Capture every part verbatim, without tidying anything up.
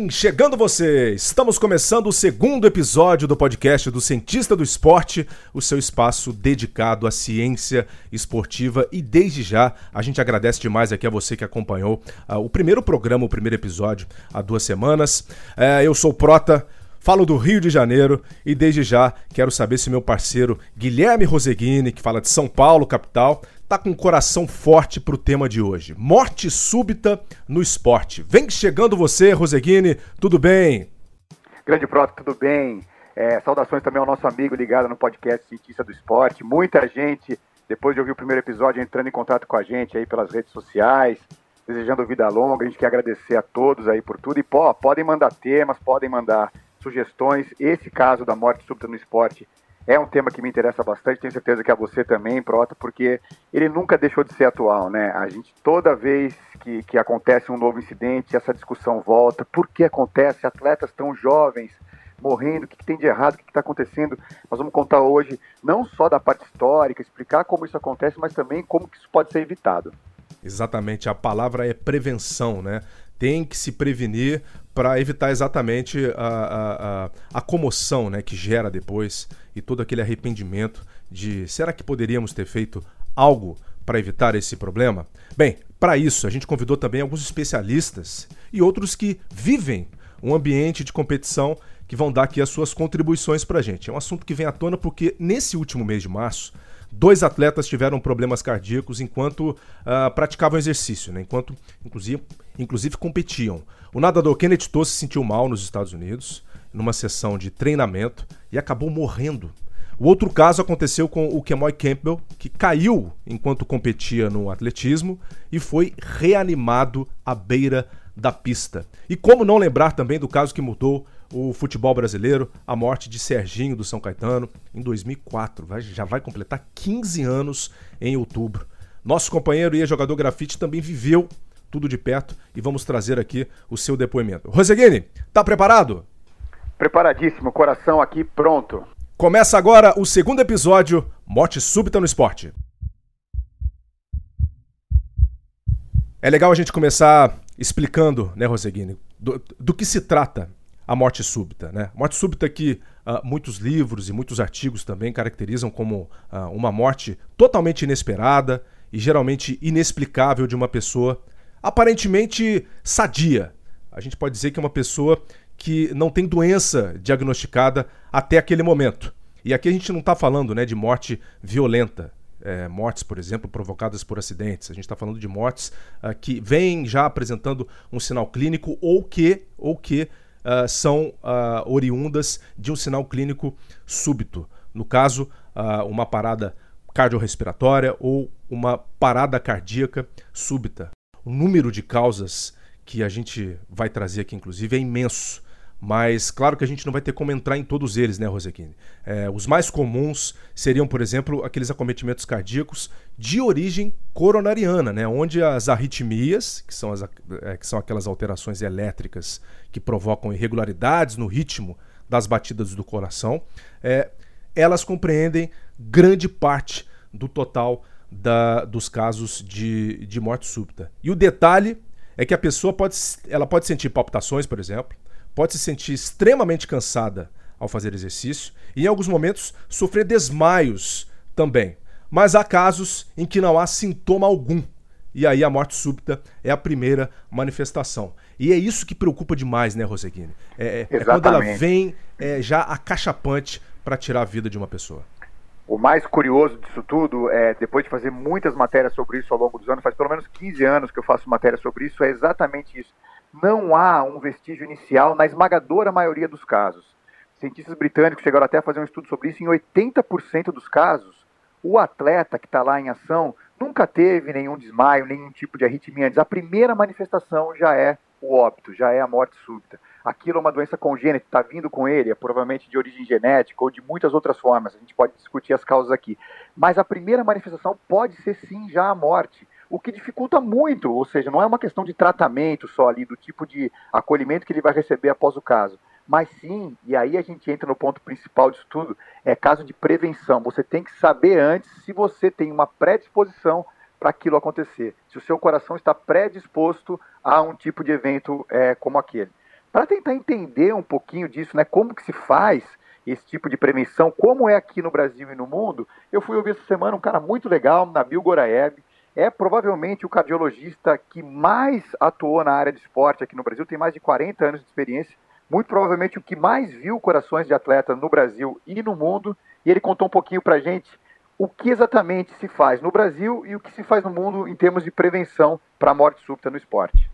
Vem chegando você! Estamos começando o segundo episódio do podcast do Cientista do Esporte, o seu espaço dedicado à ciência esportiva. E desde já, a gente agradece demais aqui a você que acompanhou uh, o primeiro programa, o primeiro episódio, há duas semanas. Uh, eu sou o Prota, falo do Rio de Janeiro e desde já quero saber se meu parceiro Guilherme Roseguini, que fala de São Paulo, capital, tá com um coração forte pro tema de hoje. Morte súbita no esporte. Vem chegando você, Roseguini, tudo bem? Grande Prota, tudo bem? É, saudações também ao nosso amigo ligado no podcast Cientista do Esporte. Muita gente, depois de ouvir o primeiro episódio, entrando em contato com a gente aí pelas redes sociais, desejando vida longa. A gente quer agradecer a todos aí por tudo. E pô, podem mandar temas, podem mandar sugestões. Esse caso da morte súbita no esporte é um tema que me interessa bastante, tenho certeza que a você também, Prota, porque ele nunca deixou de ser atual, né? A gente, toda vez que, que acontece um novo incidente, essa discussão volta. Por que acontece? Atletas tão jovens morrendo, o que, que tem de errado, o que está acontecendo? Nós vamos contar hoje não só da parte histórica, explicar como isso acontece, mas também como que isso pode ser evitado. Exatamente, a palavra é prevenção, né? Tem que se prevenir para evitar exatamente a, a, a, a comoção, né, que gera depois e todo aquele arrependimento de será que poderíamos ter feito algo para evitar esse problema? Bem, para isso a gente convidou também alguns especialistas e outros que vivem um ambiente de competição que vão dar aqui as suas contribuições para a gente. É um assunto que vem à tona porque nesse último mês de março, dois atletas tiveram problemas cardíacos enquanto uh, praticavam exercício, né? enquanto inclusive, inclusive competiam. O nadador Kenneth Todd se sentiu mal nos Estados Unidos, numa sessão de treinamento, e acabou morrendo. O outro caso aconteceu com o Kemoy Campbell, que caiu enquanto competia no atletismo e foi reanimado à beira da pista. E como não lembrar também do caso que mudou o futebol brasileiro, a morte de Serginho do São Caetano em dois mil e quatro, vai, já vai completar quinze anos em outubro. Nosso companheiro e jogador grafite também viveu tudo de perto e vamos trazer aqui o seu depoimento. Roseguini, tá preparado? Preparadíssimo, coração aqui pronto. Começa agora o segundo episódio, Morte Súbita no Esporte. É legal a gente começar explicando, né, Roseguini, do, do que se trata a morte súbita, né? Morte súbita que uh, muitos livros e muitos artigos também caracterizam como uh, uma morte totalmente inesperada e geralmente inexplicável de uma pessoa aparentemente sadia. A gente pode dizer que é uma pessoa que não tem doença diagnosticada até aquele momento. E aqui a gente não está falando, né, de morte violenta. É, mortes, por exemplo, provocadas por acidentes. A gente está falando de mortes uh, que vêm já apresentando um sinal clínico ou que, ou que Uh, são uh, oriundas de um sinal clínico súbito. No caso, uh, uma parada cardiorrespiratória ou uma parada cardíaca súbita. O número de causas que a gente vai trazer aqui, inclusive, é imenso. Mas claro que a gente não vai ter como entrar em todos eles, né, Roseguini? É, os mais comuns seriam, por exemplo, aqueles acometimentos cardíacos de origem coronariana, né, onde as arritmias, que são, as, é, que são aquelas alterações elétricas que provocam irregularidades no ritmo das batidas do coração, é, elas compreendem grande parte do total da, dos casos de, de morte súbita. E o detalhe é que a pessoa pode, ela pode sentir palpitações, por exemplo, pode se sentir extremamente cansada ao fazer exercício e, em alguns momentos, sofrer desmaios também. Mas há casos em que não há sintoma algum. E aí a morte súbita é a primeira manifestação. E é isso que preocupa demais, né, Roseguini? É, é quando ela vem é, já acachapante para tirar a vida de uma pessoa. O mais curioso disso tudo, é, depois de fazer muitas matérias sobre isso ao longo dos anos, faz pelo menos quinze anos que eu faço matéria sobre isso, é exatamente isso. Não há um vestígio inicial na esmagadora maioria dos casos. Cientistas britânicos chegaram até a fazer um estudo sobre isso. Em oitenta por cento dos casos, o atleta que está lá em ação nunca teve nenhum desmaio, nenhum tipo de arritmia antes. A primeira manifestação já é o óbito, já é a morte súbita. Aquilo é uma doença congênita, está vindo com ele, é provavelmente de origem genética ou de muitas outras formas. A gente pode discutir as causas aqui. Mas a primeira manifestação pode ser sim já a morte. O que dificulta muito, ou seja, não é uma questão de tratamento só ali, do tipo de acolhimento que ele vai receber após o caso, mas sim, e aí a gente entra no ponto principal disso tudo, é caso de prevenção. Você tem que saber antes se você tem uma predisposição para aquilo acontecer, se o seu coração está predisposto a um tipo de evento é, como aquele. para tentar entender um pouquinho disso, né, como que se faz esse tipo de prevenção, como é aqui no Brasil e no mundo. Eu fui ouvir essa semana um cara muito legal, Nabil Goraeb, é provavelmente o cardiologista que mais atuou na área de esporte aqui no Brasil, tem mais de quarenta anos de experiência, muito provavelmente o que mais viu corações de atletas no Brasil e no mundo, e ele contou um pouquinho pra gente o que exatamente se faz no Brasil e o que se faz no mundo em termos de prevenção para a morte súbita no esporte.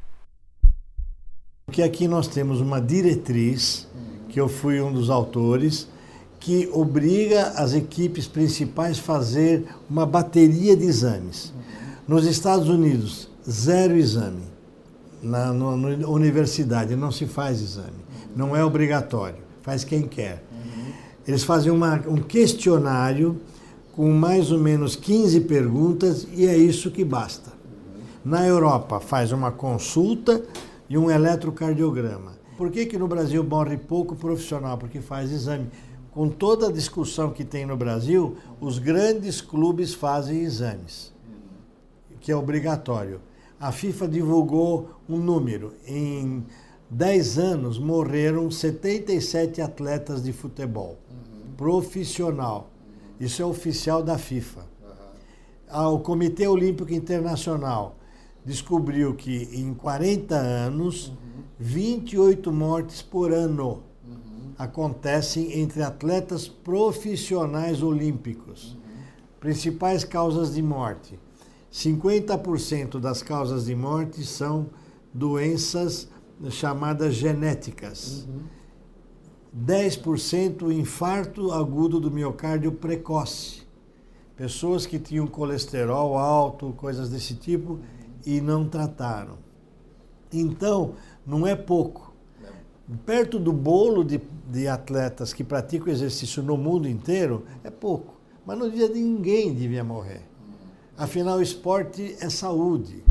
Porque aqui nós temos uma diretriz, que eu fui um dos autores, que obriga as equipes principais a fazer uma bateria de exames. Nos Estados Unidos, zero exame. Na, no, na universidade não se faz exame. Não é obrigatório, faz quem quer. Eles fazem uma, um questionário com mais ou menos quinze perguntas e é isso que basta. Na Europa, faz uma consulta e um eletrocardiograma. Por que que no Brasil morre pouco profissional? Porque faz exame. Com toda a discussão que tem no Brasil, os grandes clubes fazem exames, que é obrigatório. A FIFA divulgou um número. Em dez anos, morreram setenta e sete atletas de futebol, uhum. profissional. Isso é oficial da FIFA. Uhum. O Comitê Olímpico Internacional descobriu que em quarenta anos, uhum. vinte e oito mortes por ano uhum. acontecem entre atletas profissionais olímpicos. Uhum. Principais causas de morte. cinquenta por cento das causas de morte são doenças chamadas genéticas. Uhum. dez por cento infarto agudo do miocárdio precoce. Pessoas que tinham colesterol alto, coisas desse tipo, e não trataram. Então, não é pouco. Perto do bolo de, de atletas que praticam exercício no mundo inteiro, é pouco. Mas no dia de ninguém devia morrer. Afinal, o esporte é saúde.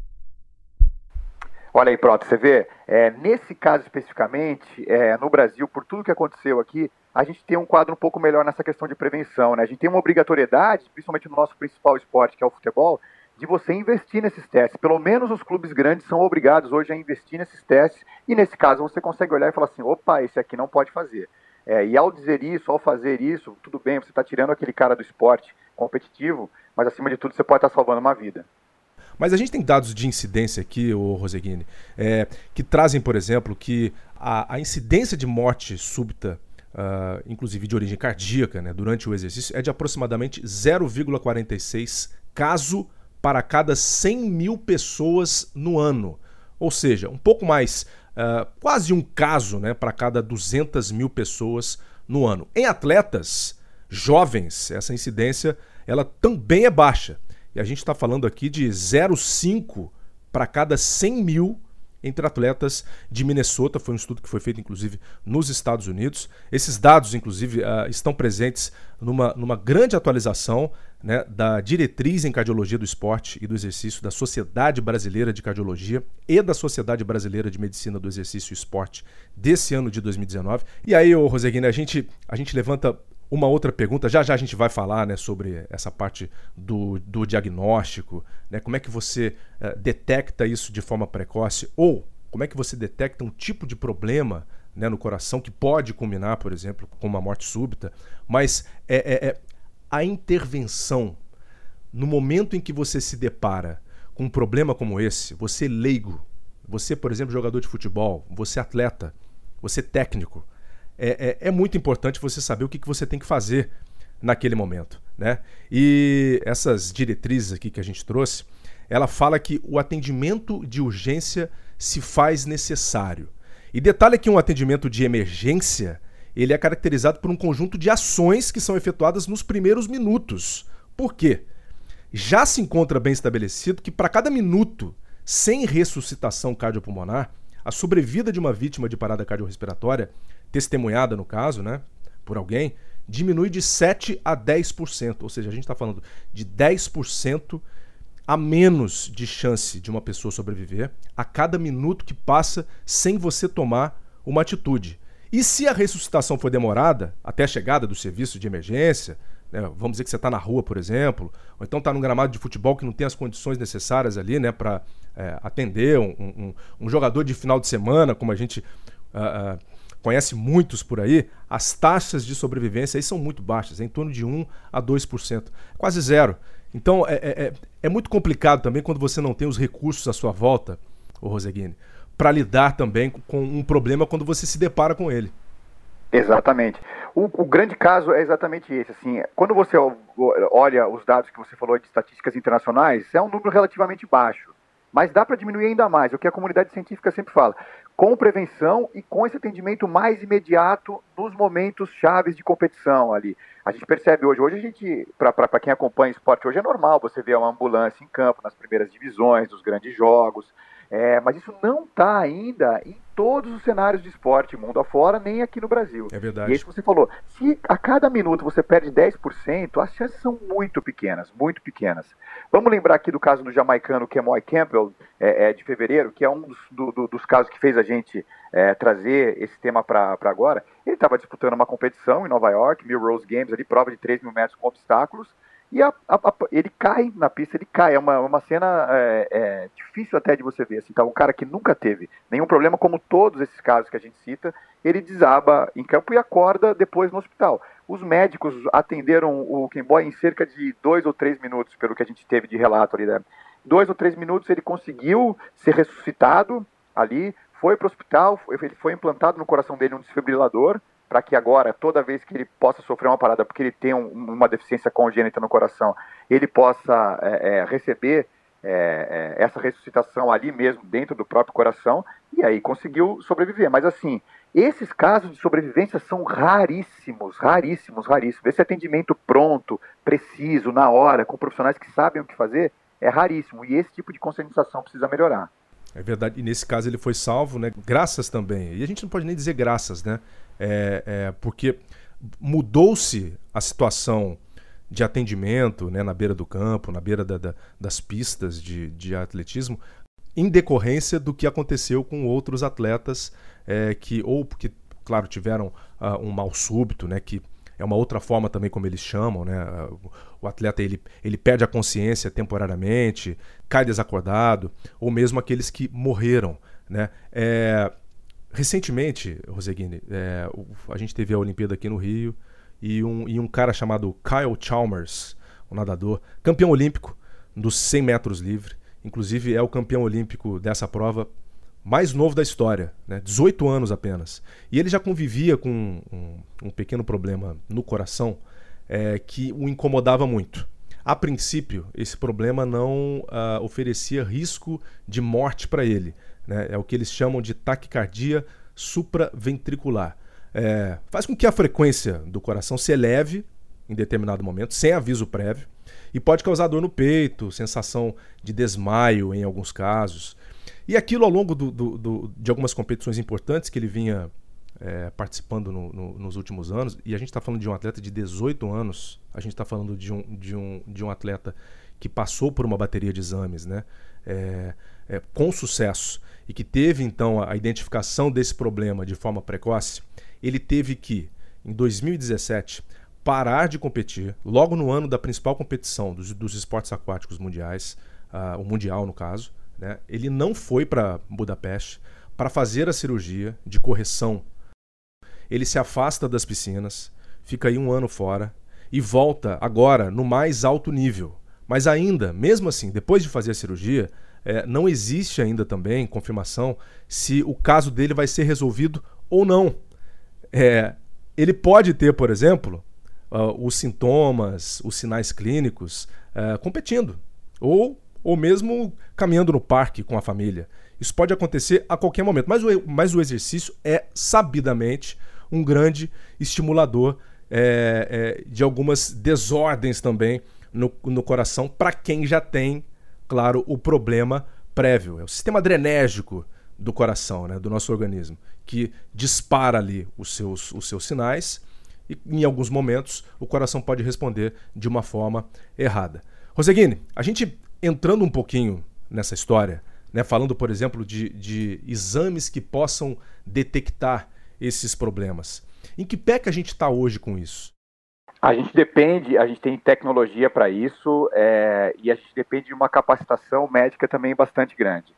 Olha aí, pronto, você vê, é, nesse caso especificamente, é, no Brasil, por tudo que aconteceu aqui, a gente tem um quadro um pouco melhor nessa questão de prevenção, né? A gente tem uma obrigatoriedade, principalmente no nosso principal esporte, que é o futebol, de você investir nesses testes. Pelo menos os clubes grandes são obrigados hoje a investir nesses testes, e nesse caso você consegue olhar e falar assim, opa, esse aqui não pode fazer. É, e ao dizer isso, ao fazer isso, tudo bem, você está tirando aquele cara do esporte competitivo, mas acima de tudo você pode estar salvando uma vida. Mas a gente tem dados de incidência aqui, ô Roseguini, é, que trazem, por exemplo, que a, a incidência de morte súbita, uh, inclusive de origem cardíaca, né, durante o exercício, é de aproximadamente zero vírgula quarenta e seis caso para cada cem mil pessoas no ano. Ou seja, um pouco mais, uh, quase um caso, né, para cada duzentas mil pessoas no ano. Em atletas jovens, essa incidência ela também é baixa. E a gente está falando aqui de zero vírgula cinco para cada cem mil entre atletas de Minnesota. Foi um estudo que foi feito, inclusive, nos Estados Unidos. Esses dados, inclusive, uh, estão presentes numa, numa grande atualização, né, da diretriz em cardiologia do esporte e do exercício da Sociedade Brasileira de Cardiologia e da Sociedade Brasileira de Medicina do Exercício e Esporte desse ano de dois mil e dezenove. E aí, ô Roseguini, a gente, a gente levanta uma outra pergunta, já já a gente vai falar, né, sobre essa parte do, do diagnóstico, né, como é que você uh, detecta isso de forma precoce, ou como é que você detecta um tipo de problema, né, no coração que pode culminar, por exemplo, com uma morte súbita, mas é, é, é a intervenção no momento em que você se depara com um problema como esse, você leigo, você, por exemplo, jogador de futebol, você atleta, você técnico, É, é, é muito importante você saber o que, que você tem que fazer naquele momento, né? E essas diretrizes aqui que a gente trouxe, ela fala que o atendimento de urgência se faz necessário. E detalhe que um atendimento de emergência, ele é caracterizado por um conjunto de ações que são efetuadas nos primeiros minutos. Por quê? Já se encontra bem estabelecido que para cada minuto sem ressuscitação cardiopulmonar, a sobrevida de uma vítima de parada cardiorrespiratória testemunhada, no caso, né, por alguém, diminui de sete a dez por cento. Ou seja, a gente está falando de dez por cento a menos de chance de uma pessoa sobreviver a cada minuto que passa sem você tomar uma atitude. E se a ressuscitação for demorada, até a chegada do serviço de emergência, né? Vamos dizer que você está na rua, por exemplo, ou então está num gramado de futebol que não tem as condições necessárias ali, né, para é, atender um, um, um jogador de final de semana, como a gente uh, uh, conhece muitos por aí, as taxas de sobrevivência aí são muito baixas, é em torno de um a dois por cento, quase zero. Então é, é, é muito complicado também quando você não tem os recursos à sua volta, ô Roseghin, para lidar também com um problema quando você se depara com ele. Exatamente. O, o grande caso é exatamente esse. Assim, quando você olha os dados que você falou de estatísticas internacionais, é um número relativamente baixo. Mas dá para diminuir ainda mais, é o que a comunidade científica sempre fala. Com prevenção e com esse atendimento mais imediato nos momentos chaves de competição ali. A gente percebe hoje, hoje a gente, para quem acompanha esporte, hoje é normal você ver uma ambulância em campo, nas primeiras divisões, dos grandes jogos. É, mas isso não está ainda em todos os cenários de esporte, mundo afora, nem aqui no Brasil. É verdade. E isso que você falou, se a cada minuto você perde dez por cento, as chances são muito pequenas, muito pequenas. Vamos lembrar aqui do caso do jamaicano Kemoy Campbell, é, é, de fevereiro, que é um dos, do, do, dos casos que fez a gente é, trazer esse tema para agora. Ele estava disputando uma competição em Nova York, Millrose Games, ali, prova de três mil metros com obstáculos, e a, a, a, ele cai na pista, ele cai, é uma, uma cena é, é, difícil até de você ver, assim, tá? Um cara que nunca teve nenhum problema, como todos esses casos que a gente cita, ele desaba em campo e acorda depois no hospital. Os médicos atenderam o Kemoy em cerca de dois ou três minutos, pelo que a gente teve de relato ali, né? Dois ou três minutos ele conseguiu ser ressuscitado ali, foi para o hospital, ele foi implantado no coração dele um desfibrilador, para que agora, toda vez que ele possa sofrer uma parada, porque ele tem um, uma deficiência congênita no coração, ele possa é, é, receber é, é, essa ressuscitação ali mesmo, dentro do próprio coração, e aí conseguiu sobreviver. Mas assim, esses casos de sobrevivência são raríssimos, raríssimos, raríssimos. Esse atendimento pronto, preciso, na hora, com profissionais que sabem o que fazer, é raríssimo. E esse tipo de conscientização precisa melhorar. É verdade, e nesse caso ele foi salvo, né? Graças também. E a gente não pode nem dizer graças, né? É, é, porque mudou-se a situação de atendimento, né, na beira do campo, na beira da, da, das pistas de, de atletismo, em decorrência do que aconteceu com outros atletas é, que, ou porque, claro, tiveram uh, um mal súbito, né, que é uma outra forma também como eles chamam, né? O atleta ele, ele perde a consciência temporariamente, cai desacordado, ou mesmo aqueles que morreram, né? É, recentemente, Roseghin, é, a gente teve a Olimpíada aqui no Rio e um, e um cara chamado Kyle Chalmers, um nadador, campeão olímpico dos cem metros livre, inclusive é o campeão olímpico dessa prova mais novo da história, né? dezoito anos apenas. E ele já convivia com um, um pequeno problema no coração é, que o incomodava muito. A princípio, esse problema não uh, oferecia risco de morte para ele, né? É o que eles chamam de taquicardia supraventricular. É, faz com que a frequência do coração se eleve em determinado momento, sem aviso prévio, e pode causar dor no peito, sensação de desmaio em alguns casos. E aquilo ao longo do, do, do, de algumas competições importantes que ele vinha é, participando no, no, nos últimos anos, e a gente está falando de um atleta de dezoito anos, a gente está falando de um, de, um, de um atleta que passou por uma bateria de exames, né, é, é, com sucesso, e que teve então a identificação desse problema de forma precoce. Ele teve que, em dois mil e dezessete, parar de competir, logo no ano da principal competição dos, dos esportes aquáticos mundiais, uh, o Mundial no caso, né? Ele não foi para Budapeste para fazer a cirurgia de correção. Ele se afasta das piscinas, fica aí um ano fora e volta agora no mais alto nível. Mas ainda, mesmo assim, depois de fazer a cirurgia, é, não existe ainda também confirmação se o caso dele vai ser resolvido ou não. É, ele pode ter, por exemplo, uh, os sintomas, os sinais clínicos uh, competindo, ou ou mesmo caminhando no parque com a família. Isso pode acontecer a qualquer momento, mas o, mas o exercício é sabidamente um grande estimulador é, é, de algumas desordens também no, no coração, para quem já tem, claro, o problema prévio. É o sistema adrenérgico do coração, né, do nosso organismo, que dispara ali os seus, os seus sinais e, em alguns momentos, o coração pode responder de uma forma errada. Roseghin, a gente entrando um pouquinho nessa história, né, falando, por exemplo, de, de exames que possam detectar esses problemas. Em que pé que a gente está hoje com isso? A gente depende, a gente tem tecnologia para isso é, e a gente depende de uma capacitação médica também bastante grande.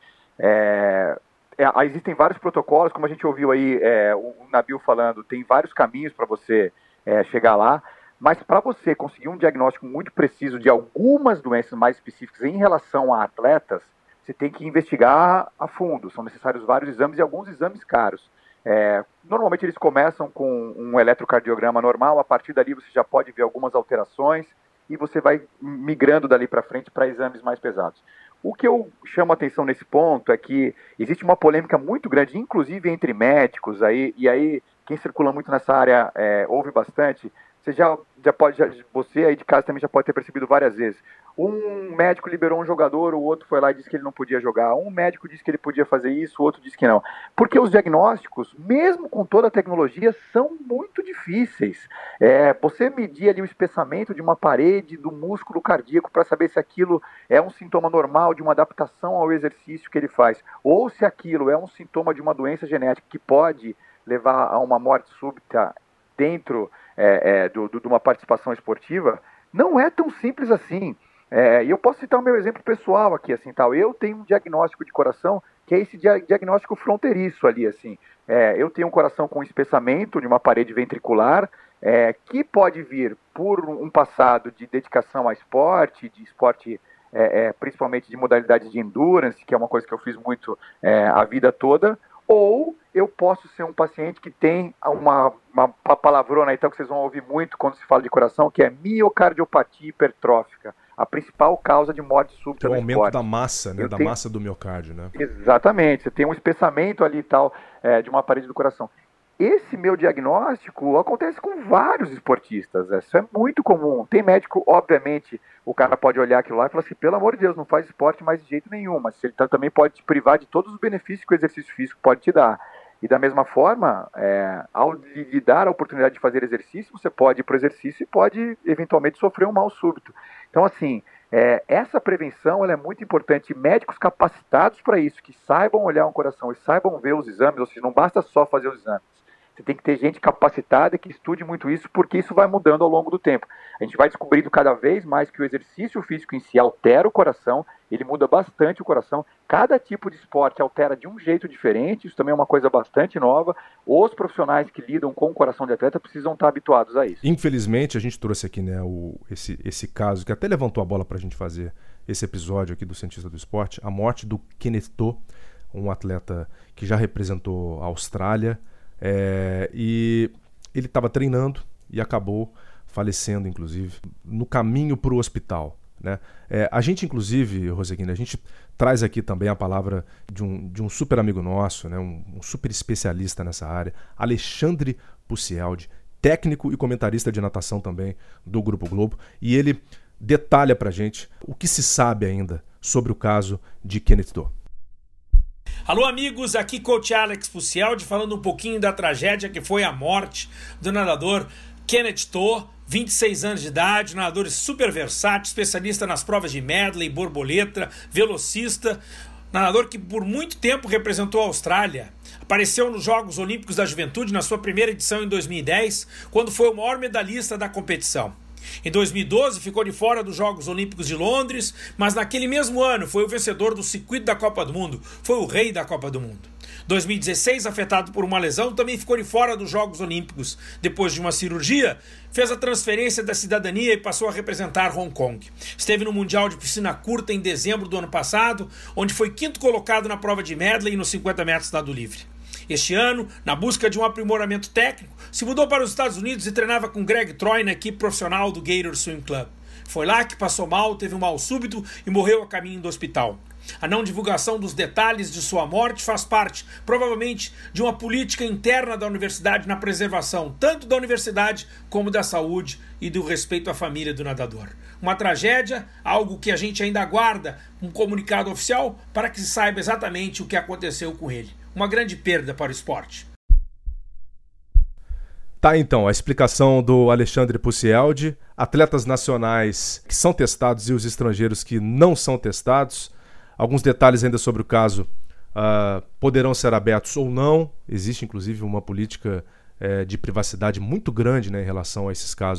É, é, existem vários protocolos, como a gente ouviu aí é, o Nabil falando, tem vários caminhos para você é, chegar lá, mas para você conseguir um diagnóstico muito preciso de algumas doenças mais específicas em relação a atletas, você tem que investigar a fundo, são necessários vários exames e alguns exames caros. É, normalmente eles começam com um eletrocardiograma normal, a partir dali você já pode ver algumas alterações e você vai migrando dali para frente para exames mais pesados. O que eu chamo a atenção nesse ponto é que existe uma polêmica muito grande, inclusive entre médicos, aí, e aí quem circula muito nessa área é, ouve bastante. Você já, já pode, já, você aí de casa também já pode ter percebido várias vezes. Um médico liberou um jogador, o outro foi lá e disse que ele não podia jogar. Um médico disse que ele podia fazer isso, o outro disse que não. Porque os diagnósticos, mesmo com toda a tecnologia, são muito difíceis. É, você medir ali o espessamento de uma parede do músculo cardíaco para saber se aquilo é um sintoma normal de uma adaptação ao exercício que ele faz, ou se aquilo é um sintoma de uma doença genética que pode levar a uma morte súbita dentro é, é, do, do, de uma participação esportiva, não é tão simples assim. É, e eu posso citar o meu exemplo pessoal aqui, assim, tal. Eu tenho um diagnóstico de coração que é esse dia, diagnóstico fronteiriço ali, assim. É, eu tenho um coração com espessamento de uma parede ventricular, é, que pode vir por um passado de dedicação a esporte, de esporte é, é, principalmente de modalidades de endurance, que é uma coisa que eu fiz muito é, a vida toda, ou eu posso ser um paciente que tem uma, uma palavrona, então, que vocês vão ouvir muito quando se fala de coração, que é miocardiopatia hipertrófica, a principal causa de morte súbita no esporte. O aumento da massa, né? Eu da tenho... massa do miocárdio, né? Exatamente, você tem um espessamento ali e tal, é, de uma parede do coração. Esse meu diagnóstico acontece com vários esportistas, isso é muito comum. Tem médico, obviamente, o cara pode olhar aquilo lá e falar assim, pelo amor de Deus, não faz esporte mais de jeito nenhum, mas ele também pode te privar de todos os benefícios que o exercício físico pode te dar. E da mesma forma, é, ao lhe dar a oportunidade de fazer exercício, você pode ir para o exercício e pode eventualmente sofrer um mal súbito. Então, assim, é, essa prevenção ela é muito importante. Médicos capacitados para isso, que saibam olhar um coração e saibam ver os exames, ou seja, não basta só fazer os exames. Você tem que ter gente capacitada que estude muito isso, porque isso vai mudando ao longo do tempo. A gente vai descobrindo cada vez mais que o exercício físico em si altera o coração, ele muda bastante o coração. Cada tipo de esporte altera de um jeito diferente, isso também é uma coisa bastante nova. Os profissionais que lidam com o coração de atleta precisam estar habituados a isso. Infelizmente, a gente trouxe aqui, né, o, esse, esse caso, que até levantou a bola para a gente fazer esse episódio aqui do Cientista do Esporte, a morte do Kenneth To, um atleta que já representou a Austrália, É, e ele estava treinando e acabou falecendo, inclusive, no caminho para o hospital, né? É, a gente, inclusive, Roseguina, a gente traz aqui também a palavra de um, de um super amigo nosso, né? um, um super especialista nessa área, Alexandre Pucialdi, técnico e comentarista de natação também do Grupo Globo, e ele detalha para a gente o que se sabe ainda sobre o caso de Kenneth To. Alô amigos, aqui coach Alex Pucialdi falando um pouquinho da tragédia que foi a morte do nadador Kenneth To, vinte e seis anos de idade, nadador super versátil, especialista nas provas de medley, borboleta, velocista, nadador que por muito tempo representou a Austrália. Apareceu nos Jogos Olímpicos da Juventude na sua primeira edição em dois mil e dez, quando foi o maior medalhista da competição. Em dois mil e doze ficou de fora dos Jogos Olímpicos de Londres, mas naquele mesmo ano foi o vencedor do circuito da Copa do Mundo, foi o rei da Copa do Mundo. dois mil e dezesseis, afetado por uma lesão, também ficou de fora dos Jogos Olímpicos. Depois de uma cirurgia, fez a transferência da cidadania e passou a representar Hong Kong. Esteve no Mundial de Piscina Curta em dezembro do ano passado, onde foi quinto colocado na prova de medley e nos cinquenta metros nado livre. Este ano, na busca de um aprimoramento técnico, se mudou para os Estados Unidos e treinava com Greg Troy na equipe profissional do Gator Swim Club. Foi lá que passou mal, teve um mal súbito e morreu a caminho do hospital. A não divulgação dos detalhes de sua morte faz parte, provavelmente, de uma política interna da universidade na preservação tanto da universidade como da saúde e do respeito à família do nadador. Uma tragédia, algo que a gente ainda aguarda um comunicado oficial para que se saiba exatamente o que aconteceu com ele. Uma grande perda para o esporte. Tá, então, a explicação do Alexandre Pucialdi, atletas nacionais que são testados e os estrangeiros que não são testados. Alguns detalhes ainda sobre o caso uh, poderão ser abertos ou não. Existe, inclusive, uma política uh, de privacidade muito grande, né, em relação a esses casos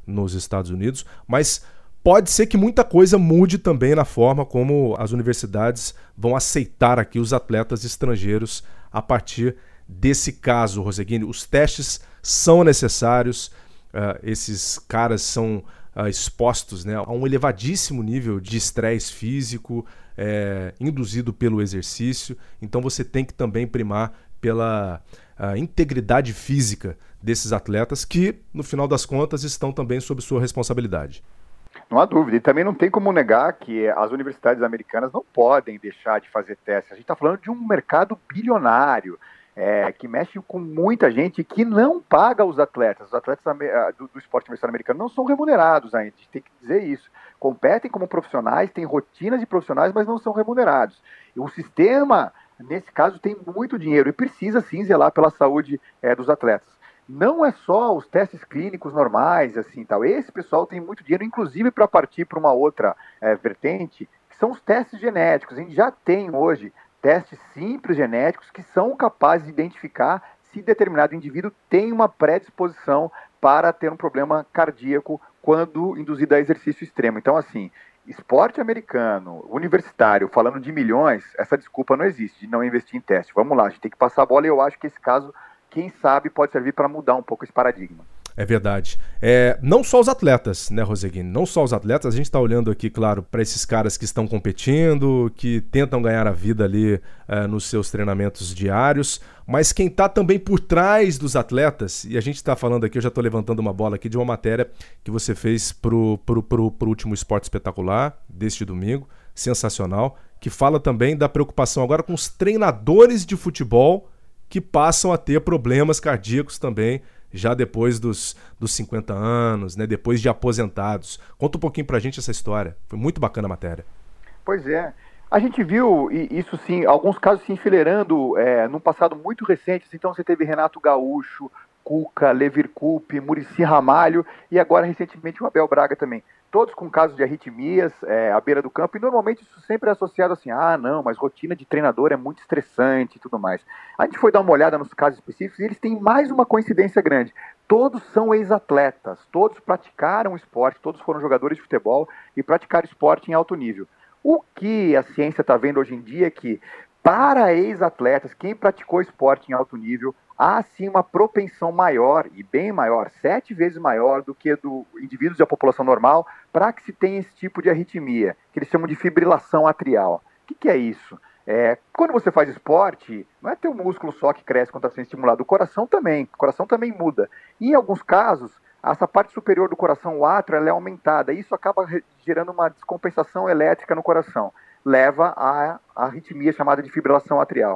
nos Estados Unidos, mas pode ser que muita coisa mude também na forma como as universidades vão aceitar aqui os atletas estrangeiros a partir desse caso, Rosegini. Os testes são necessários, uh, esses caras são uh, expostos, né, a um elevadíssimo nível de estresse físico, é, induzido pelo exercício, então você tem que também primar pela uh, integridade física desses atletas que, no final das contas, estão também sob sua responsabilidade. Não há dúvida. E também não tem como negar que as universidades americanas não podem deixar de fazer testes. A gente está falando de um mercado bilionário, é, que mexe com muita gente que não paga os atletas. Os atletas do, do esporte universitário americano não são remunerados ainda, a gente tem que dizer isso. Competem como profissionais, têm rotinas de profissionais, mas não são remunerados. E o sistema, nesse caso, tem muito dinheiro e precisa sim zelar pela saúde é, dos atletas. Não é só os testes clínicos normais, assim, tal. Esse pessoal tem muito dinheiro, inclusive para partir para uma outra é, vertente, que são os testes genéticos. A gente já tem hoje testes simples genéticos que são capazes de identificar se determinado indivíduo tem uma predisposição para ter um problema cardíaco quando induzido a exercício extremo. Então, assim, esporte americano, universitário, falando de milhões, essa desculpa não existe de não investir em teste. Vamos lá, a gente tem que passar a bola e eu acho que esse caso, quem sabe, pode servir para mudar um pouco esse paradigma. É verdade. É, não só os atletas, né, Rosegini? Não só os atletas, a gente está olhando aqui, claro, para esses caras que estão competindo, que tentam ganhar a vida ali é, nos seus treinamentos diários, mas quem está também por trás dos atletas, e a gente está falando aqui, eu já estou levantando uma bola aqui de uma matéria que você fez pro, pro, pro, pro último Esporte Espetacular, deste domingo, sensacional, que fala também da preocupação agora com os treinadores de futebol que passam a ter problemas cardíacos também, já depois dos, dos cinquenta anos, né, depois de aposentados. Conta um pouquinho pra gente essa história. Foi muito bacana a matéria. Pois é. A gente viu isso sim, alguns casos se enfileirando é, num passado muito recente. Então você teve Renato Gaúcho, Cuca, Levir Coupe, Muricy Ramalho e agora recentemente o Abel Braga também. Todos com casos de arritmias é, à beira do campo, e normalmente isso sempre é associado assim, ah não, mas rotina de treinador é muito estressante e tudo mais. A gente foi dar uma olhada nos casos específicos e eles têm mais uma coincidência grande. Todos são ex-atletas, todos praticaram esporte, todos foram jogadores de futebol e praticaram esporte em alto nível. O que a ciência está vendo hoje em dia é que, para ex-atletas, quem praticou esporte em alto nível, há sim uma propensão maior, e bem maior, sete vezes maior do que do indivíduos da população normal, para que se tenha esse tipo de arritmia, que eles chamam de fibrilação atrial. O que, que é isso? É, quando você faz esporte, não é teu músculo só que cresce quando está sendo estimulado, o coração também, o coração também muda. E em alguns casos, essa parte superior do coração, o átrio, ela é aumentada, e isso acaba gerando uma descompensação elétrica no coração, leva à arritmia chamada de fibrilação atrial.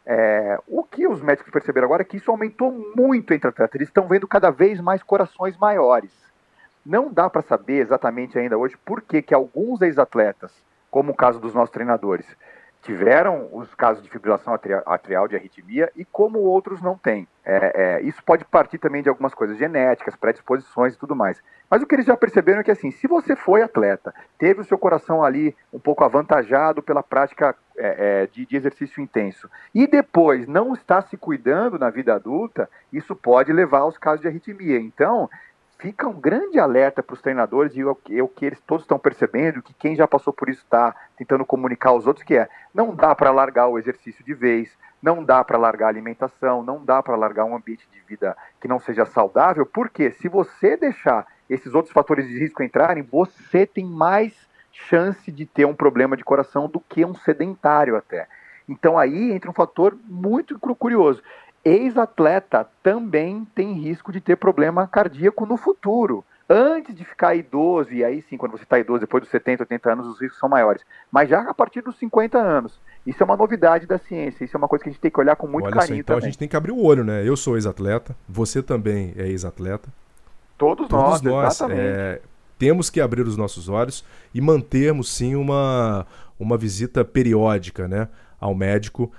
É, o que os médicos perceberam agora é que isso aumentou muito entre atletas, eles estão vendo cada vez mais corações maiores. Não dá para saber exatamente ainda hoje por que que alguns ex-atletas, como o caso dos nossos treinadores, tiveram os casos de fibrilação atrial, de arritmia, e como outros não têm. É, é, isso pode partir também de algumas coisas genéticas, predisposições e tudo mais. Mas o que eles já perceberam é que, assim, se você foi atleta, teve o seu coração ali um pouco avantajado pela prática é, é, de, de exercício intenso, e depois não está se cuidando na vida adulta, isso pode levar aos casos de arritmia. Então, fica um grande alerta para os treinadores, e o que eles todos estão percebendo, que quem já passou por isso está tentando comunicar aos outros, que é, não dá para largar o exercício de vez, não dá para largar a alimentação, não dá para largar um ambiente de vida que não seja saudável, porque se você deixar esses outros fatores de risco entrarem, você tem mais chance de ter um problema de coração do que um sedentário até. Então aí entra um fator muito curioso. Ex-atleta também tem risco de ter problema cardíaco no futuro, antes de ficar idoso, e aí sim, quando você está idoso, depois dos setenta, oitenta anos, os riscos são maiores, mas já a partir dos cinquenta anos. Isso é uma novidade da ciência, isso é uma coisa que a gente tem que olhar com muito Olha carinho só, então também. A gente tem que abrir o olho, né? Eu sou ex-atleta, você também é ex-atleta. Todos, Todos nós, nós exatamente. É, temos que abrir os nossos olhos e mantermos sim uma, uma visita periódica, né, ao médico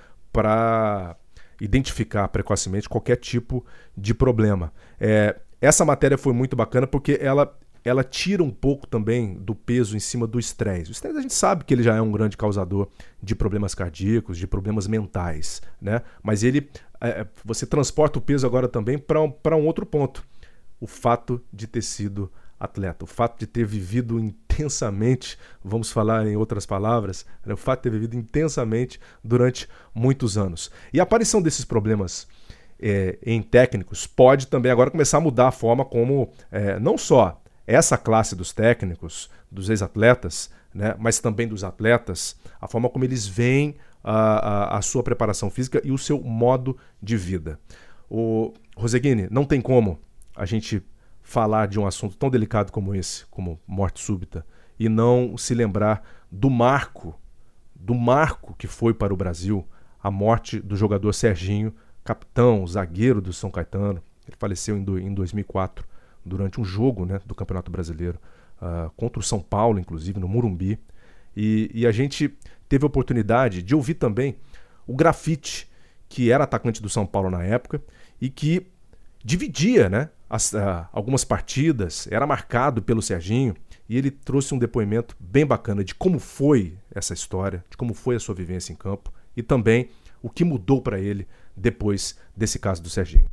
para identificar precocemente qualquer tipo de problema. É, essa matéria foi muito bacana porque ela, ela tira um pouco também do peso em cima do estresse. O estresse a gente sabe que ele já é um grande causador de problemas cardíacos, de problemas mentais, né? Mas ele, é, você transporta o peso agora também para um, para um outro ponto. O fato de ter sido atleta, o fato de ter vivido intensamente, vamos falar em outras palavras, né, o fato de ter vivido intensamente durante muitos anos. E a aparição desses problemas é, em técnicos pode também agora começar a mudar a forma como, é, não só essa classe dos técnicos, dos ex-atletas, né, mas também dos atletas, a forma como eles veem a, a, a sua preparação física e o seu modo de vida. O Rosegini, não tem como a gente falar de um assunto tão delicado como esse, como morte súbita, e não se lembrar do marco, do marco que foi para o Brasil a morte do jogador Serginho, capitão, zagueiro do São Caetano. Ele faleceu em, do, em dois mil e quatro, durante um jogo, né, do Campeonato Brasileiro, uh, contra o São Paulo, inclusive, no Morumbi. E, e a gente teve a oportunidade de ouvir também o Grafite, que era atacante do São Paulo na época e que dividia, né, as, uh, algumas partidas, era marcado pelo Serginho, e ele trouxe um depoimento bem bacana de como foi essa história, de como foi a sua vivência em campo e também o que mudou para ele depois desse caso do Serginho.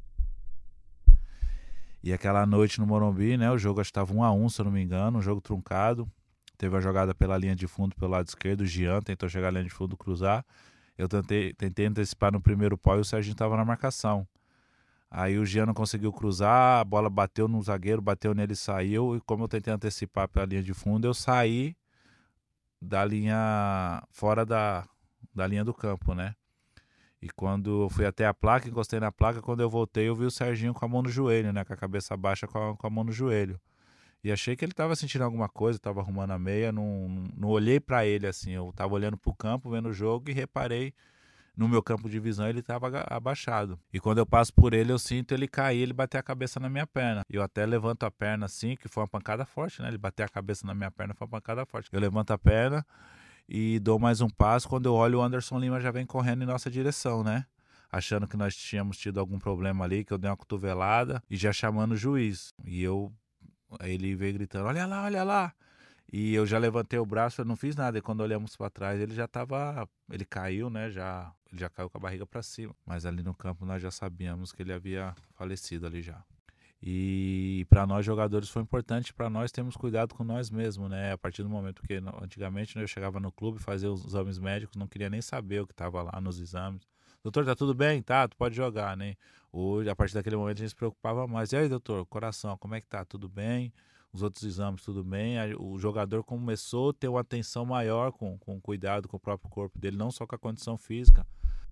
E aquela noite no Morumbi, né, o jogo acho que estava um a um, se eu não me engano, um jogo truncado. Teve a jogada pela linha de fundo pelo lado esquerdo, o Jean tentou chegar à linha de fundo, cruzar. Eu tentei, tentei antecipar no primeiro pau e o Serginho estava na marcação. Aí o Jean não conseguiu cruzar, a bola bateu no zagueiro, bateu nele e saiu. E como eu tentei antecipar pela linha de fundo, eu saí da linha, fora da, da linha do campo, né? E quando eu fui até a placa, encostei na placa, quando eu voltei eu vi o Serginho com a mão no joelho, né? Com a cabeça baixa, com a, com a mão no joelho. E achei que ele estava sentindo alguma coisa, estava arrumando a meia, não, não olhei para ele assim, eu estava olhando para o campo, vendo o jogo e reparei no meu campo de visão ele estava abaixado. E quando eu passo por ele, eu sinto ele cair, ele bater a cabeça na minha perna. Eu até levanto a perna assim, que foi uma pancada forte, né? Ele bater a cabeça na minha perna foi uma pancada forte. Eu levanto a perna e dou mais um passo, quando eu olho o Anderson Lima já vem correndo em nossa direção, né? Achando que nós tínhamos tido algum problema ali, que eu dei uma cotovelada e já chamando o juiz. E eu, ele veio gritando, olha lá, olha lá. E eu já levantei o braço, eu não fiz nada. E quando olhamos para trás, ele já estava, ele caiu, né? Já, ele já caiu com a barriga para cima. Mas ali no campo nós já sabíamos que ele havia falecido ali já. E para nós jogadores foi importante, para nós termos cuidado com nós mesmos, né? A partir do momento que antigamente eu chegava no clube, fazia os exames médicos, não queria nem saber o que estava lá nos exames. Doutor, tá tudo bem? Tá, tu pode jogar, né? Hoje, a partir daquele momento a gente se preocupava mais. E aí, doutor, coração, como é que tá? Tudo bem? Os outros exames, tudo bem? O jogador começou a ter uma atenção maior com, com cuidado com o próprio corpo dele, não só com a condição física.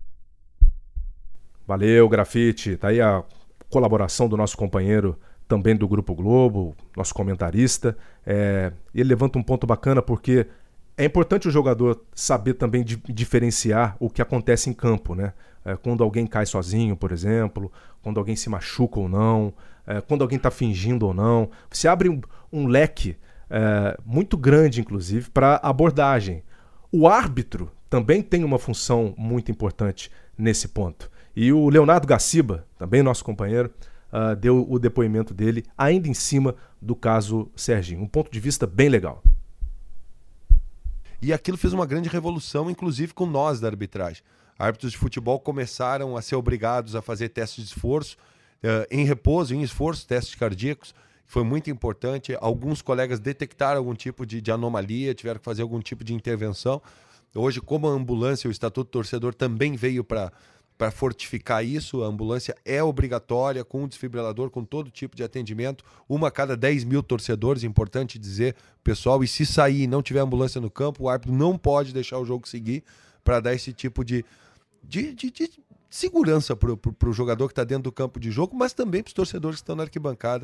Valeu, Grafite. Tá aí a colaboração do nosso companheiro também do Grupo Globo, nosso comentarista. É, ele levanta um ponto bacana porque é importante o jogador saber também di- diferenciar o que acontece em campo, né? É, quando alguém cai sozinho, por exemplo, quando alguém se machuca ou não, é, quando alguém está fingindo ou não. Você abre um, um leque é, muito grande, inclusive, para abordagem. O árbitro também tem uma função muito importante nesse ponto. E o Leonardo Gaciba, também nosso companheiro, uh, deu o depoimento dele ainda em cima do caso Serginho. Um ponto de vista bem legal. E aquilo fez uma grande revolução, inclusive com nós da arbitragem. Árbitros de futebol começaram a ser obrigados a fazer testes de esforço, uh, em repouso, em esforço, testes cardíacos. Foi muito importante. Alguns colegas detectaram algum tipo de, de anomalia, tiveram que fazer algum tipo de intervenção. Hoje, como a ambulância, o Estatuto do Torcedor também veio para para fortificar isso. A ambulância é obrigatória, com o desfibrilador, com todo tipo de atendimento, uma a cada dez mil torcedores, importante dizer, pessoal, e se sair e não tiver ambulância no campo, o árbitro não pode deixar o jogo seguir para dar esse tipo de, de, de, de segurança para o jogador que está dentro do campo de jogo, mas também para os torcedores que estão na arquibancada.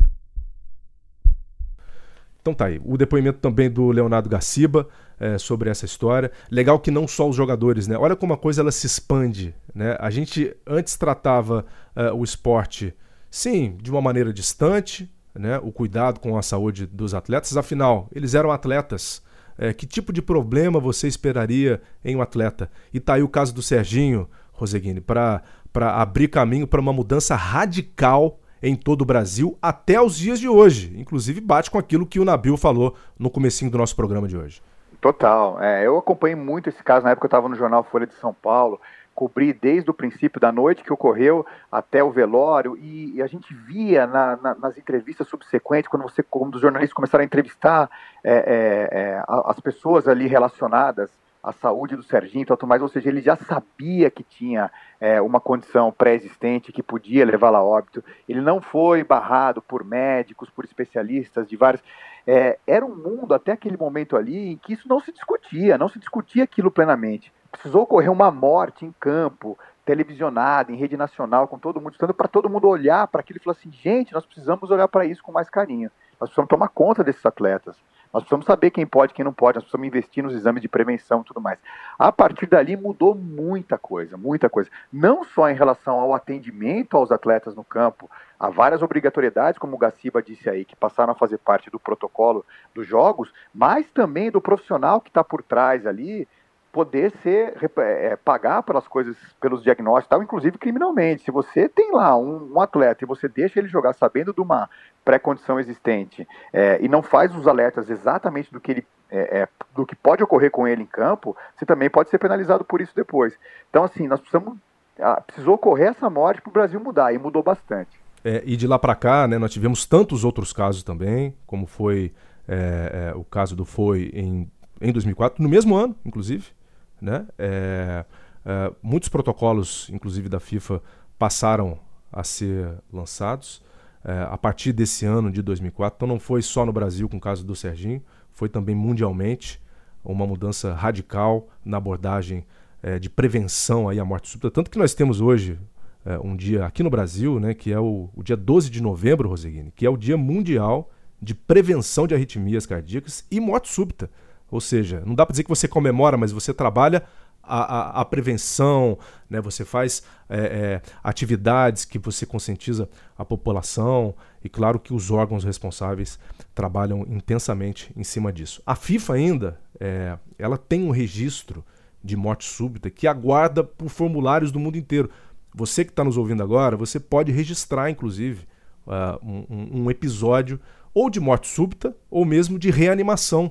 Então tá aí, o depoimento também do Leonardo Gaciba é, sobre essa história. Legal que não só os jogadores, né? Olha como a coisa ela se expande, né? A gente antes tratava uh, o esporte, sim, de uma maneira distante, né? O cuidado com a saúde dos atletas, afinal, eles eram atletas. É, que tipo de problema você esperaria em um atleta? E tá aí o caso do Serginho, Rosegini, para para abrir caminho para uma mudança radical em todo o Brasil até os dias de hoje. Inclusive bate com aquilo que o Nabil falou no comecinho do nosso programa de hoje. Total. É, eu acompanhei muito esse caso, na época eu estava no jornal Folha de São Paulo, cobri desde o princípio da noite que ocorreu até o velório, e, e a gente via na, na, nas entrevistas subsequentes, quando, você, quando os jornalistas começaram a entrevistar é, é, é, as pessoas ali relacionadas à saúde do Serginho e tudo mais, ou seja, ele já sabia que tinha é, uma condição pré-existente que podia levá-la a óbito, ele não foi barrado por médicos, por especialistas de vários... É, era um mundo até aquele momento ali em que isso não se discutia, não se discutia aquilo plenamente. Precisou ocorrer uma morte em campo, televisionada, em rede nacional, com todo mundo estando, para todo mundo olhar para aquilo e falar assim, gente, nós precisamos olhar para isso com mais carinho. Nós precisamos tomar conta desses atletas. Nós precisamos saber quem pode e quem não pode, nós precisamos investir nos exames de prevenção e tudo mais. A partir dali mudou muita coisa, muita coisa. Não só em relação ao atendimento aos atletas no campo, há várias obrigatoriedades, como o Gaciba disse aí, que passaram a fazer parte do protocolo dos jogos, mas também do profissional que está por trás ali, poder ser, é, pagar pelas coisas, pelos diagnósticos, tal, inclusive criminalmente. Se você tem lá um, um atleta e você deixa ele jogar sabendo de uma pré-condição existente é, e não faz os alertas exatamente do que, ele, é, é, do que pode ocorrer com ele em campo, você também pode ser penalizado por isso depois. Então, assim, nós precisamos, ah, precisou ocorrer essa morte para o Brasil mudar, e mudou bastante. É, e de lá para cá, né, nós tivemos tantos outros casos também, como foi é, é, o caso do Foi em, em dois mil e quatro, no mesmo ano, inclusive. Né? É, é, muitos protocolos, inclusive da FIFA, passaram a ser lançados é, a partir desse ano de dois mil e quatro. Então não foi só no Brasil com o caso do Serginho, foi também mundialmente uma mudança radical na abordagem é, de prevenção aí à morte súbita. Tanto que nós temos hoje é, um dia aqui no Brasil, né, que é o, o dia doze de novembro, Roseguini, que é o Dia Mundial de Prevenção de Arritmias Cardíacas e Morte Súbita. Ou seja, não dá para dizer que você comemora, mas você trabalha a, a, a prevenção, né? Você faz é, é, atividades que você conscientiza a população e claro que os órgãos responsáveis trabalham intensamente em cima disso. A FIFA ainda, é, ela tem um registro de morte súbita que aguarda por formulários do mundo inteiro. Você que está nos ouvindo agora, você pode registrar, inclusive, uh, um, um episódio ou de morte súbita ou mesmo de reanimação.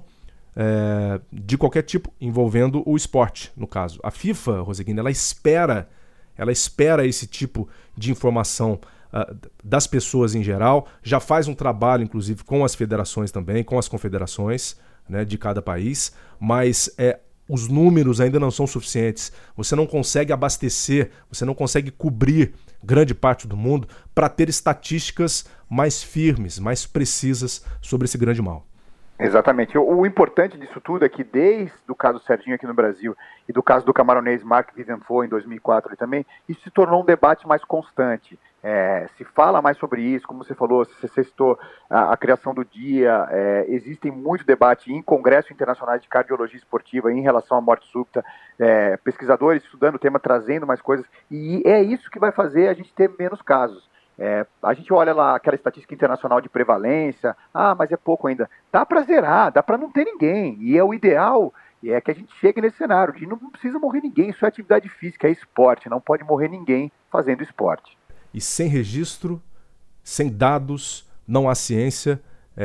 É, de qualquer tipo, envolvendo o esporte, no caso. A FIFA, Roseguini, ela espera, ela espera esse tipo de informação uh, das pessoas em geral, já faz um trabalho, inclusive, com as federações também, com as confederações, né, de cada país, mas é, os números ainda não são suficientes. Você não consegue abastecer, você não consegue cobrir grande parte do mundo para ter estatísticas mais firmes, mais precisas sobre esse grande mal. Exatamente. O, o importante disso tudo é que desde o caso do Serginho aqui no Brasil e do caso do camaronês Mark Vivenfo em dois mil e quatro ali também, isso se tornou um debate mais constante. É, se fala mais sobre isso, como você falou, você citou a, a criação do dia, é, existem muito debate em congressos internacionais de cardiologia esportiva em relação à morte súbita, é, pesquisadores estudando o tema, trazendo mais coisas, e é isso que vai fazer a gente ter menos casos. É, a gente olha lá aquela estatística internacional de prevalência, ah, mas é pouco ainda. Dá para zerar, dá para não ter ninguém. E é o ideal, é que a gente chegue nesse cenário de não precisa morrer ninguém, isso é atividade física, é esporte, não pode morrer ninguém fazendo esporte. E sem registro, sem dados, não há ciência.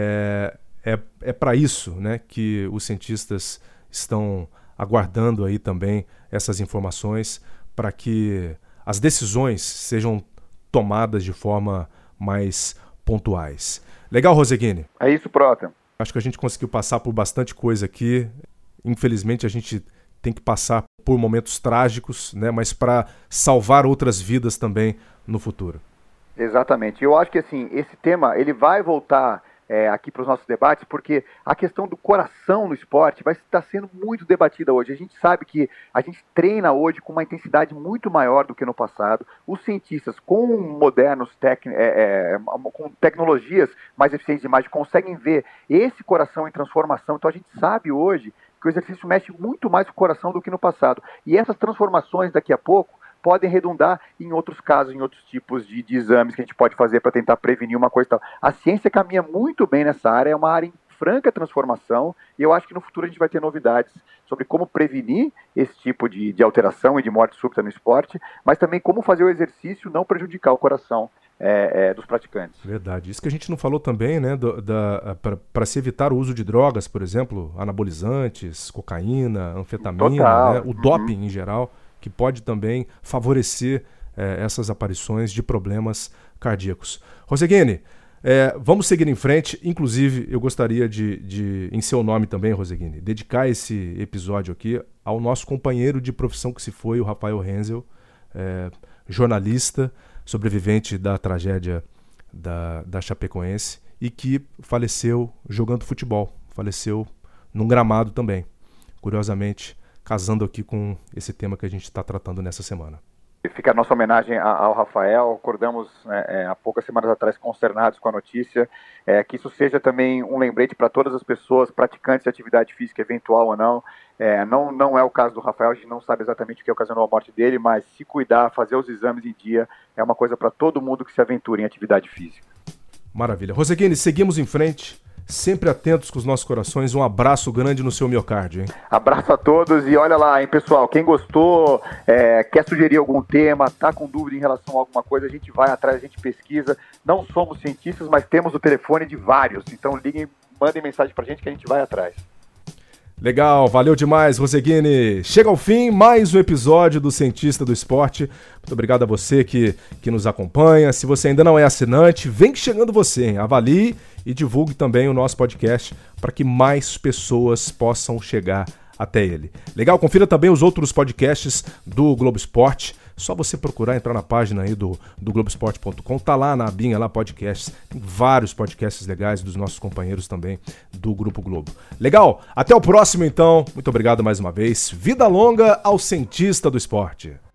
É, é, é para isso, né, que os cientistas estão aguardando aí também essas informações para que as decisões sejam tomadas de forma mais pontuais. Legal, Roseguini? É isso, Prota. Acho que a gente conseguiu passar por bastante coisa aqui. Infelizmente, a gente tem que passar por momentos trágicos, né? Mas para salvar outras vidas também no futuro. Exatamente. Eu acho que assim, esse tema ele vai voltar é, aqui para os nossos debates, porque a questão do coração no esporte vai estar sendo muito debatida hoje. A gente sabe que a gente treina hoje com uma intensidade muito maior do que no passado. Os cientistas, com modernos tec, é, é, com tecnologias mais eficientes de imagem, conseguem ver esse coração em transformação. Então a gente sabe hoje que o exercício mexe muito mais com o coração do que no passado. E essas transformações daqui a pouco podem redundar em outros casos, em outros tipos de, de exames que a gente pode fazer para tentar prevenir uma coisa e tal. A ciência caminha muito bem nessa área, é uma área em franca transformação, e eu acho que no futuro a gente vai ter novidades sobre como prevenir esse tipo de, de alteração e de morte súbita no esporte, mas também como fazer o exercício não prejudicar o coração é, é, dos praticantes. Verdade. Isso que a gente não falou também, né, para se evitar o uso de drogas, por exemplo, anabolizantes, cocaína, anfetamina, né, o doping uhum. em geral, que pode também favorecer é, essas aparições de problemas cardíacos. Roseguini, é, vamos seguir em frente. Inclusive, eu gostaria de, de, em seu nome também, Roseguini, dedicar esse episódio aqui ao nosso companheiro de profissão que se foi, o Rafael Renzel, é, jornalista, sobrevivente da tragédia da, da Chapecoense e que faleceu jogando futebol, faleceu num gramado também. Curiosamente, casando aqui com esse tema que a gente está tratando nessa semana. Fica a nossa homenagem ao Rafael. Acordamos é, há poucas semanas atrás consternados com a notícia. É, que isso seja também um lembrete para todas as pessoas, praticantes de atividade física eventual ou não. É, não. Não é o caso do Rafael, a gente não sabe exatamente o que ocasionou a morte dele, mas se cuidar, fazer os exames em dia, é uma coisa para todo mundo que se aventura em atividade física. Maravilha. Roseguini, seguimos em frente. Sempre atentos com os nossos corações. Um abraço grande no seu miocárdio, hein? Abraço a todos e olha lá, hein, pessoal. Quem gostou, é, quer sugerir algum tema, tá com dúvida em relação a alguma coisa, a gente vai atrás, a gente pesquisa. Não somos cientistas, mas temos o telefone de vários. Então liguem, mandem mensagem pra gente que a gente vai atrás. Legal, valeu demais, Roseguini. Chega ao fim mais um episódio do Cientista do Esporte. Muito obrigado a você que, que nos acompanha. Se você ainda não é assinante, vem chegando você, hein? Avalie e divulgue também o nosso podcast para que mais pessoas possam chegar até ele. Legal? Confira também os outros podcasts do Globo Esporte. Só você procurar, entrar na página aí do, do Globoesporte ponto com, tá lá na abinha, lá podcasts, tem vários podcasts legais dos nossos companheiros também do Grupo Globo. Legal? Até o próximo então, muito obrigado mais uma vez, vida longa ao cientista do esporte.